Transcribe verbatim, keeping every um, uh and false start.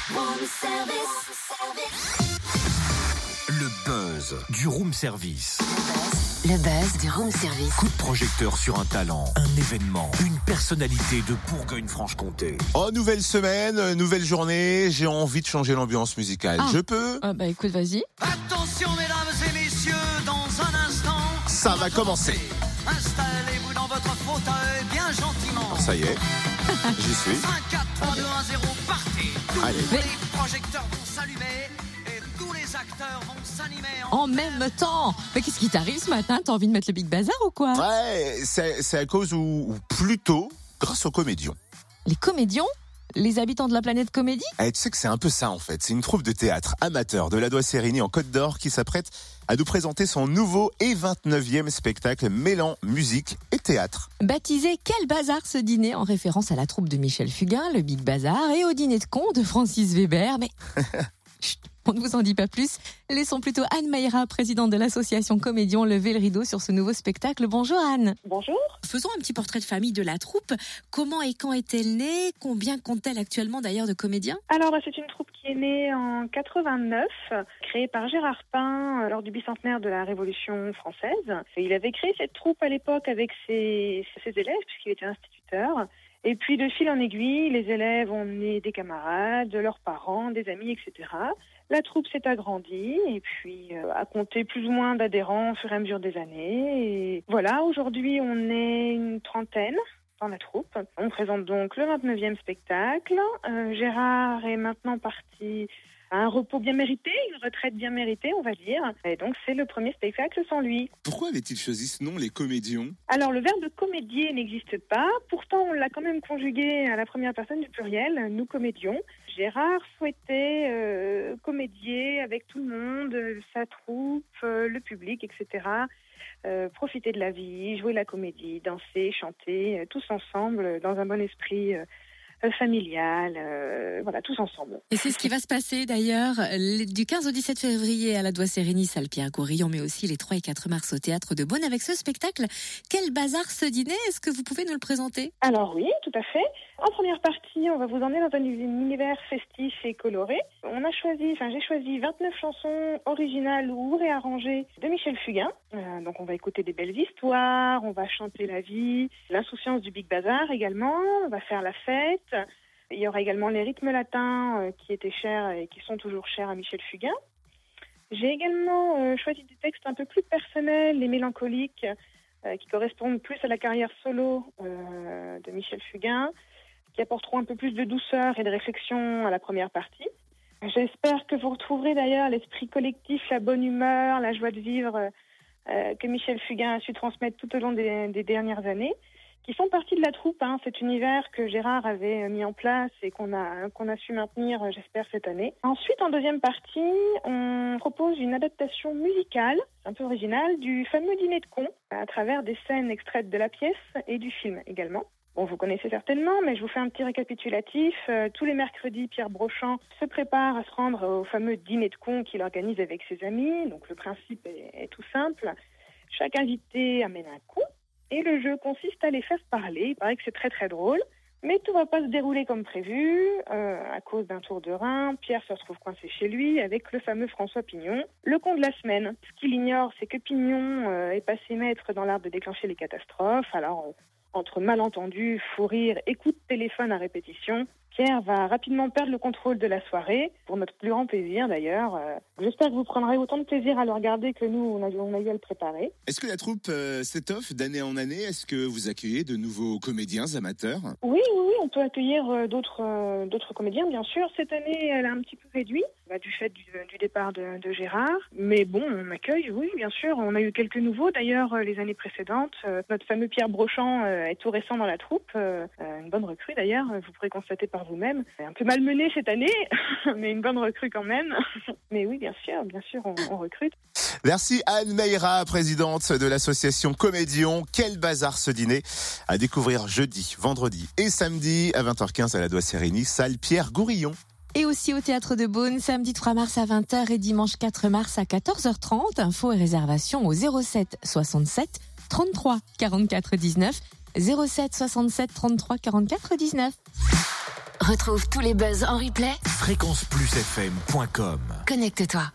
Le buzz du room service. Le buzz du room service. Coup de projecteur sur un talent, un événement, une personnalité de Bourgogne-Franche-Comté. Oh, nouvelle semaine, nouvelle journée, j'ai envie de changer l'ambiance musicale. Ah. Je peux Ah bah écoute, vas-y. Attention mesdames et messieurs, dans un instant, Ça va commencer. Installez-vous dans votre fauteuil bien gentiment. Ça y est, j'y suis. cinq, quatre, trois, deux, un, zéro, partez. Tous Allez. les projecteurs vont s'allumer et tous les acteurs vont s'animer en, En même temps. Mais qu'est-ce qui t'arrive ce matin? T'as envie de mettre le Big Bazar ou quoi? Ouais, c'est, c'est à cause ou, ou plutôt grâce aux comédiens. Les comédiens? Les habitants de la planète Comédie? Eh, tu sais que c'est un peu ça en fait. C'est une troupe de théâtre amateur de Ladois-Sérigny en Côte d'Or qui s'apprête à nous présenter son nouveau et vingt-neuvième spectacle mêlant musique et théâtre. Baptisé Quel Bazar ce dîner, en référence à la troupe de Michel Fugain, le Big Bazar, et au dîner de con de Francis Weber. Mais chut, on ne vous en dit pas plus. Laissons plutôt Anne Mayra, présidente de l'association Comédiens, lever le rideau sur ce nouveau spectacle. Bonjour Anne. Bonjour. Faisons un petit portrait de famille de la troupe. Comment et quand est-elle née? Combien compte-t-elle actuellement d'ailleurs de comédiens? Alors, bah, c'est une troupe qui est née en quatre-vingt-neuf, créée par Gérard Pin euh, lors du bicentenaire de la Révolution française. Et il avait créé cette troupe à l'époque avec ses, ses élèves, puisqu'il était instituteur. Et puis, de fil en aiguille, les élèves ont emmené des camarades, leurs parents, des amis, et cetera. La troupe s'est agrandie et puis euh, a compté plus ou moins d'adhérents au fur et à mesure des années. Et voilà, aujourd'hui, on est une trentaine dans la troupe. On présente donc le vingt-neuvième spectacle. Euh, Gérard est maintenant parti à un repos bien mérité, une retraite bien méritée, on va dire. Et donc, c'est le premier spectacle sans lui. Pourquoi avait-il choisi ce nom, les comédiens? Alors, le verbe comédier n'existe pas. Pourtant, on l'a quand même conjugué à la première personne du pluriel, nous comédions. Gérard souhaitait euh, comédier avec tout le monde, euh, sa troupe, euh, le public, et cetera. Euh, profiter de la vie, jouer la comédie, danser, chanter, euh, tous ensemble, dans un bon esprit euh, euh, familial, euh, voilà, tous ensemble. Et c'est ce qui va se passer d'ailleurs du quinze au dix-sept février à Ladois-Sérigny, salle Pierre-Gourillon, mais aussi les trois et quatre mars au Théâtre de Beaune avec ce spectacle. Quel bazar ce dîner? Est-ce que vous pouvez nous le présenter? Alors oui, tout à fait. En première partie, on va vous emmener dans un univers festif et coloré. On a choisi, enfin j'ai choisi vingt-neuf chansons originales ou réarrangées de Michel Fugain. Euh, donc on va écouter des belles histoires, on va chanter la vie, l'insouciance du Big Bazar également, on va faire la fête. Il y aura également les rythmes latins euh, qui étaient chers et qui sont toujours chers à Michel Fugain. J'ai également euh, choisi des textes un peu plus personnels et mélancoliques euh, qui correspondent plus à la carrière solo euh, de Michel Fugain, qui apporteront un peu plus de douceur et de réflexion à la première partie. J'espère que vous retrouverez d'ailleurs l'esprit collectif, la bonne humeur, la joie de vivre euh, que Michel Fugain a su transmettre tout au long des, des dernières années, qui font partie de la troupe, hein, cet univers que Gérard avait mis en place et qu'on a, qu'on a su maintenir, j'espère, cette année. Ensuite, en deuxième partie, on propose une adaptation musicale, un peu originale, du fameux dîner de con, à travers des scènes extraites de la pièce et du film également. Bon, vous connaissez certainement, mais je vous fais un petit récapitulatif. Euh, tous les mercredis, Pierre Brochand se prépare à se rendre au fameux dîner de con qu'il organise avec ses amis. Donc le principe est, est tout simple. Chaque invité amène un con et le jeu consiste à les faire parler. Il paraît que c'est très très drôle, mais tout va pas se dérouler comme prévu. Euh, à cause d'un tour de rein, Pierre se retrouve coincé chez lui avec le fameux François Pignon. Le con de la semaine. Ce qu'il ignore, c'est que Pignon euh, est passé maître dans l'art de déclencher les catastrophes. Alors... Euh, Entre malentendus, fou rire et coups de téléphone à répétition, Pierre va rapidement perdre le contrôle de la soirée, pour notre plus grand plaisir d'ailleurs. Euh, j'espère que vous prendrez autant de plaisir à le regarder que nous, on a, on a eu à le préparer. Est-ce que la troupe euh, s'étoffe d'année en année? Est-ce que vous accueillez de nouveaux comédiens amateurs? Oui, oui, oui, on peut accueillir euh, d'autres, euh, d'autres comédiens, bien sûr. Cette année, elle a un petit peu réduit, bah, du fait du, du départ de, de Gérard. Mais bon, on accueille, oui, bien sûr. On a eu quelques nouveaux, d'ailleurs, euh, les années précédentes. Euh, notre fameux Pierre Brochand euh, est tout récent dans la troupe. Euh, une bonne recrue, d'ailleurs, vous pourrez constater par vous-même. Un peu malmené cette année, mais une bonne recrue quand même. Mais oui, bien sûr, bien sûr, on, on recrute. Merci Anne Mayra, présidente de l'association Comédiens. Quel bazar ce dîner à découvrir jeudi, vendredi et samedi à vingt heures quinze à Ladois-Sérigny, salle Pierre-Gourillon. Et aussi au Théâtre de Beaune, samedi trois mars à vingt heures et dimanche quatre mars à quatorze heures trente. Infos et réservations au zéro sept soixante-sept trente-trois quarante-quatre dix-neuf. zéro sept soixante-sept trente-trois quarante-quatre dix-neuf. Retrouve tous les buzz en replay. fréquence plus f m point com. Connecte-toi.